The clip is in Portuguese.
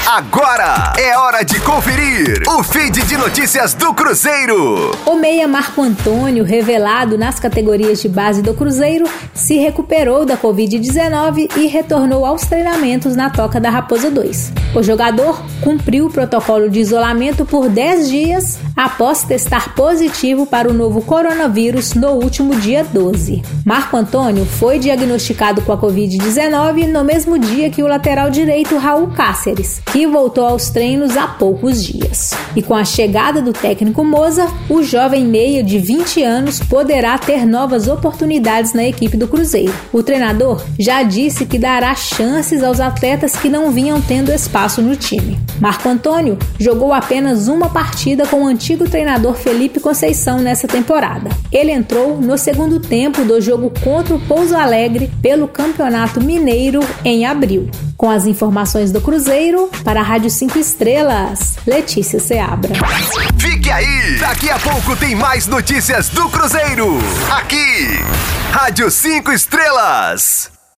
Agora é hora de conferir o feed de notícias do Cruzeiro. O meia Marco Antônio, revelado nas categorias de base do Cruzeiro, se recuperou da Covid-19 e retornou aos treinamentos na Toca da Raposa 2. O jogador cumpriu o protocolo de isolamento por 10 dias após testar positivo para o novo coronavírus no último dia 12. Marco Antônio foi diagnosticado com a Covid-19 no mesmo dia que o lateral direito Raul Cáceres, que voltou aos treinos há poucos dias. E com a chegada do técnico Moza, o jovem meia de 20 anos poderá ter novas oportunidades na equipe do Cruzeiro. O treinador já disse que dará chances aos atletas que não vinham tendo espaço no time. Marco Antônio jogou apenas uma partida com o antigo treinador Felipe Conceição nessa temporada. Ele entrou no segundo tempo do jogo contra o Pouso Alegre pelo Campeonato Mineiro em abril. Com as informações do Cruzeiro, para a Rádio 5 Estrelas, Letícia Seabra. Fique aí! Daqui a pouco tem mais notícias do Cruzeiro. Aqui, Rádio 5 Estrelas.